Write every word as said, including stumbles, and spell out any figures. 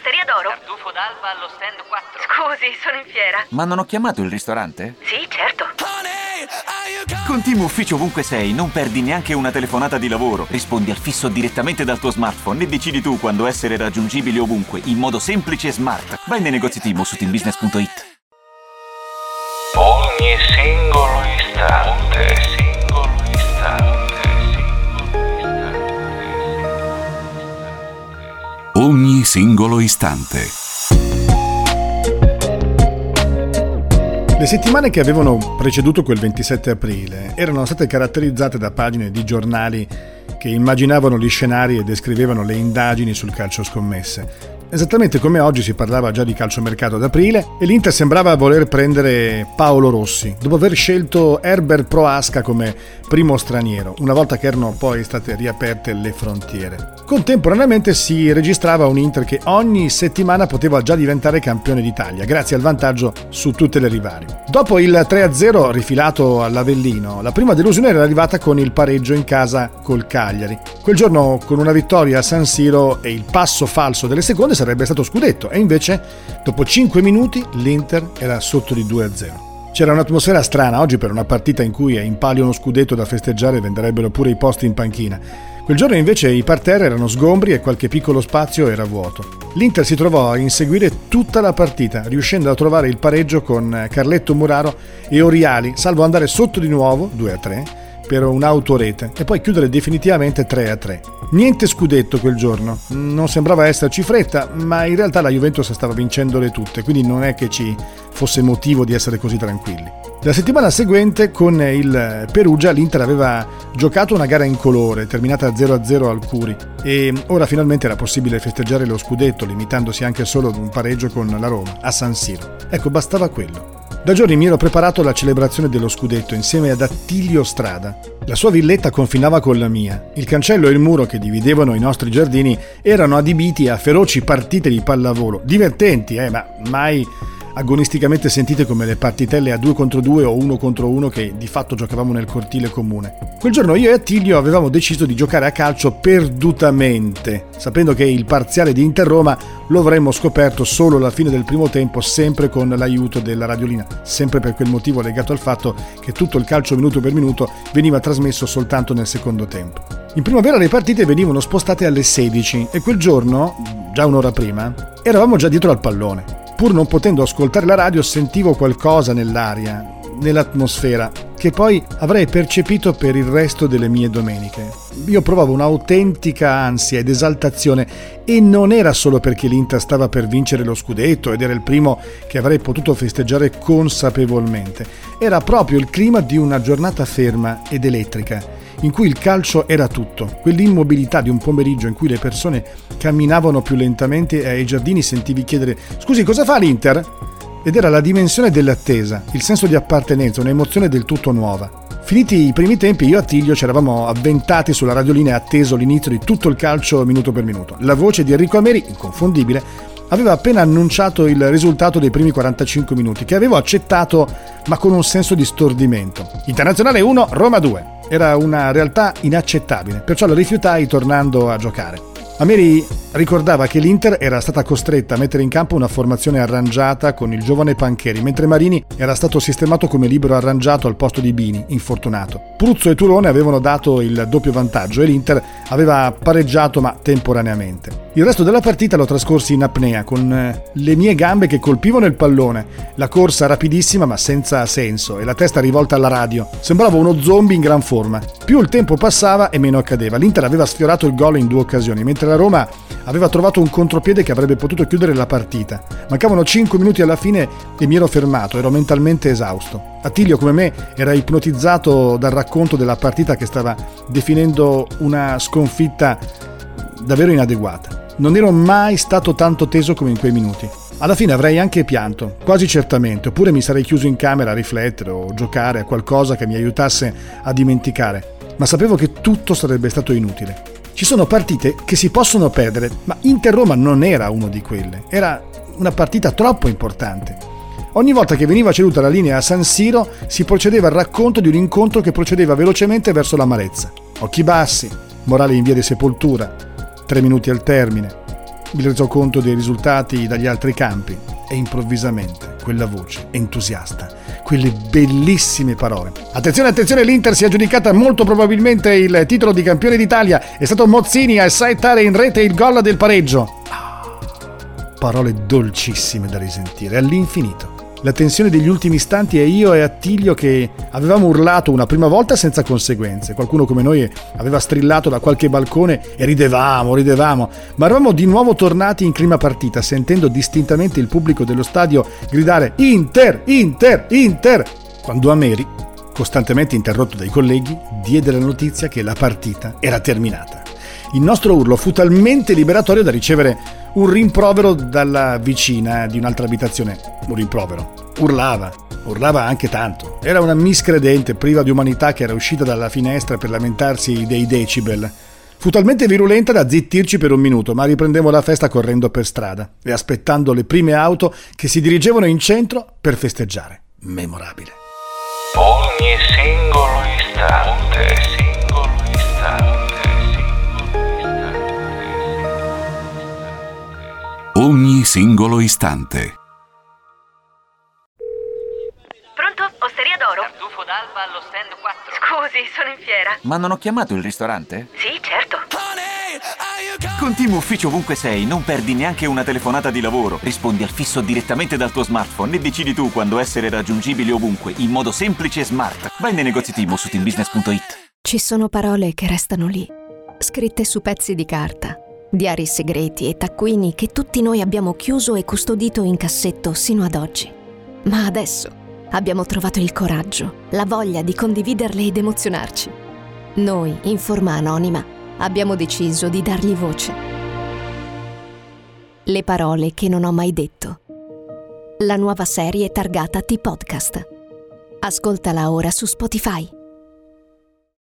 Osteria d'Oro. Tartufo d'alba allo stand quattro. Scusi, sono in fiera. Ma non ho chiamato il ristorante? Sì, certo. Con Team Ufficio ovunque sei, non perdi neanche una telefonata di lavoro. Rispondi al fisso direttamente dal tuo smartphone e decidi tu quando essere raggiungibile ovunque, in modo semplice e smart. Vai nei negozi Team o su team business punto it. Ogni singolo istante, singolo istante, Ogni singolo istante. Le settimane che avevano preceduto quel ventisette aprile erano state caratterizzate da pagine di giornali che immaginavano gli scenari e descrivevano le indagini sul calcio scommesse. Esattamente come oggi si parlava già di calciomercato ad aprile e l'Inter sembrava voler prendere Paolo Rossi, dopo aver scelto Herbert Prohaska come primo straniero, una volta che erano poi state riaperte le frontiere. Contemporaneamente si registrava un Inter che ogni settimana poteva già diventare campione d'Italia, grazie al vantaggio su tutte le rivali. Dopo il tre a zero rifilato all'Avellino, la prima delusione era arrivata con il pareggio in casa col Cagliari. Quel giorno, con una vittoria a San Siro e il passo falso delle seconde, sarebbe stato scudetto, e invece dopo cinque minuti l'Inter era sotto di due a zero. C'era un'atmosfera strana oggi per una partita in cui a impalli uno scudetto da festeggiare venderebbero pure i posti in panchina. Quel giorno invece i parterre erano sgombri e qualche piccolo spazio era vuoto. L'Inter si trovò a inseguire tutta la partita, riuscendo a trovare il pareggio con Carletto Muraro e Oriali, salvo andare sotto di nuovo due a tre per un'autorete e poi chiudere definitivamente tre a tre. Niente scudetto quel giorno, non sembrava esserci fretta, ma in realtà la Juventus stava vincendole tutte, quindi non è che ci fosse motivo di essere così tranquilli. La settimana seguente con il Perugia l'Inter aveva giocato una gara incolore, terminata zero a zero al Curi, e ora finalmente era possibile festeggiare lo scudetto, limitandosi anche solo ad un pareggio con la Roma, a San Siro. Ecco, bastava quello. Da giorni mi ero preparato alla celebrazione dello scudetto insieme ad Attilio Strada. La sua villetta confinava con la mia. Il cancello e il muro che dividevano i nostri giardini erano adibiti a feroci partite di pallavolo, divertenti, eh, ma mai agonisticamente sentite come le partitelle a due contro due o uno contro uno che di fatto giocavamo nel cortile comune. Quel giorno io e Attilio avevamo deciso di giocare a calcio perdutamente, sapendo che il parziale di Inter-Roma lo avremmo scoperto solo alla fine del primo tempo, sempre con l'aiuto della radiolina, sempre per quel motivo legato al fatto che tutto il calcio minuto per minuto veniva trasmesso soltanto nel secondo tempo. In primavera le partite venivano spostate alle sedici e quel giorno, già un'ora prima, eravamo già dietro al pallone. Pur non potendo ascoltare la radio, sentivo qualcosa nell'aria, nell'atmosfera, che poi avrei percepito per il resto delle mie domeniche. Io provavo un'autentica ansia ed esaltazione, e non era solo perché l'Inter stava per vincere lo scudetto ed era il primo che avrei potuto festeggiare consapevolmente. Era proprio il clima di una giornata ferma ed elettrica, in cui il calcio era tutto, quell'immobilità di un pomeriggio in cui le persone camminavano più lentamente e ai giardini sentivi chiedere «Scusi, cosa fa l'Inter?» Ed era la dimensione dell'attesa, il senso di appartenenza, un'emozione del tutto nuova. Finiti i primi tempi, io e Attilio ci eravamo avventati sulla radiolina e atteso l'inizio di tutto il calcio minuto per minuto. La voce di Enrico Ameri, inconfondibile, aveva appena annunciato il risultato dei primi quarantacinque minuti, che avevo accettato ma con un senso di stordimento. Internazionale uno, Roma due. Era una realtà inaccettabile, perciò la rifiutai tornando a giocare. Ameri ricordava che l'Inter era stata costretta a mettere in campo una formazione arrangiata con il giovane Pancheri, mentre Marini era stato sistemato come libero arrangiato al posto di Bini, infortunato. Pruzzo e Turone avevano dato il doppio vantaggio e l'Inter aveva pareggiato ma temporaneamente. Il resto della partita lo trascorsi in apnea, con le mie gambe che colpivano il pallone, la corsa rapidissima ma senza senso e la testa rivolta alla radio. Sembravo uno zombie in gran forma. Più il tempo passava e meno accadeva. L'Inter aveva sfiorato il gol in due occasioni, mentre la Roma aveva trovato un contropiede che avrebbe potuto chiudere la partita. Mancavano cinque minuti alla fine e mi ero fermato, ero mentalmente esausto. Attilio, come me, era ipnotizzato dal racconto della partita che stava definendo una sconfitta davvero inadeguata. Non ero mai stato tanto teso come in quei minuti. Alla fine avrei anche pianto, quasi certamente, oppure mi sarei chiuso in camera a riflettere o giocare a qualcosa che mi aiutasse a dimenticare, ma sapevo che tutto sarebbe stato inutile. Ci sono partite che si possono perdere, ma Inter-Roma non era uno di quelle. Era una partita troppo importante. Ogni volta che veniva ceduta la linea a San Siro si procedeva al racconto di un incontro che procedeva velocemente verso l'amarezza. Occhi bassi, morale in via di sepoltura, tre minuti al termine. il resoconto dei risultati dagli altri campi e improvvisamente quella voce entusiasta, quelle bellissime parole. Attenzione, attenzione, l'Inter si è aggiudicata molto probabilmente il titolo di campione d'Italia, è stato Mozzini a settare in rete il gol del pareggio. Parole dolcissime da risentire all'infinito. La tensione degli ultimi istanti è io e Attilio che avevamo urlato una prima volta senza conseguenze. Qualcuno come noi aveva strillato da qualche balcone e ridevamo, ridevamo, ma eravamo di nuovo tornati in clima partita, sentendo distintamente il pubblico dello stadio gridare Inter, Inter, Inter, quando Ameri, costantemente interrotto dai colleghi, diede la notizia che la partita era terminata. Il nostro urlo fu talmente liberatorio da ricevere un rimprovero dalla vicina di un'altra abitazione. Un rimprovero. Urlava, urlava anche tanto. Era una miscredente priva di umanità che era uscita dalla finestra per lamentarsi dei decibel. Fu talmente virulenta da zittirci per un minuto, ma riprendemmo la festa correndo per strada e aspettando le prime auto che si dirigevano in centro per festeggiare. Memorabile. Ogni singolo istante, singolo istante. Ogni singolo istante. Pronto? Osteria d'oro? Tartufo d'alba allo stand quattro. Scusi, sono in fiera. Ma non ho chiamato il ristorante? Sì, certo. Con Team Ufficio ovunque sei non perdi neanche una telefonata di lavoro. Rispondi al fisso direttamente dal tuo smartphone e decidi tu quando essere raggiungibile ovunque, in modo semplice e smart. Vai nei negozi Team o su team business punto it. Ci sono parole che restano lì, scritte su pezzi di carta. Diari segreti e taccuini che tutti noi abbiamo chiuso e custodito in cassetto sino ad oggi. Ma adesso abbiamo trovato il coraggio, la voglia di condividerle ed emozionarci. Noi, in forma anonima, abbiamo deciso di dargli voce. Le parole che non ho mai detto. La nuova serie targata T-Podcast. Ascoltala ora su Spotify.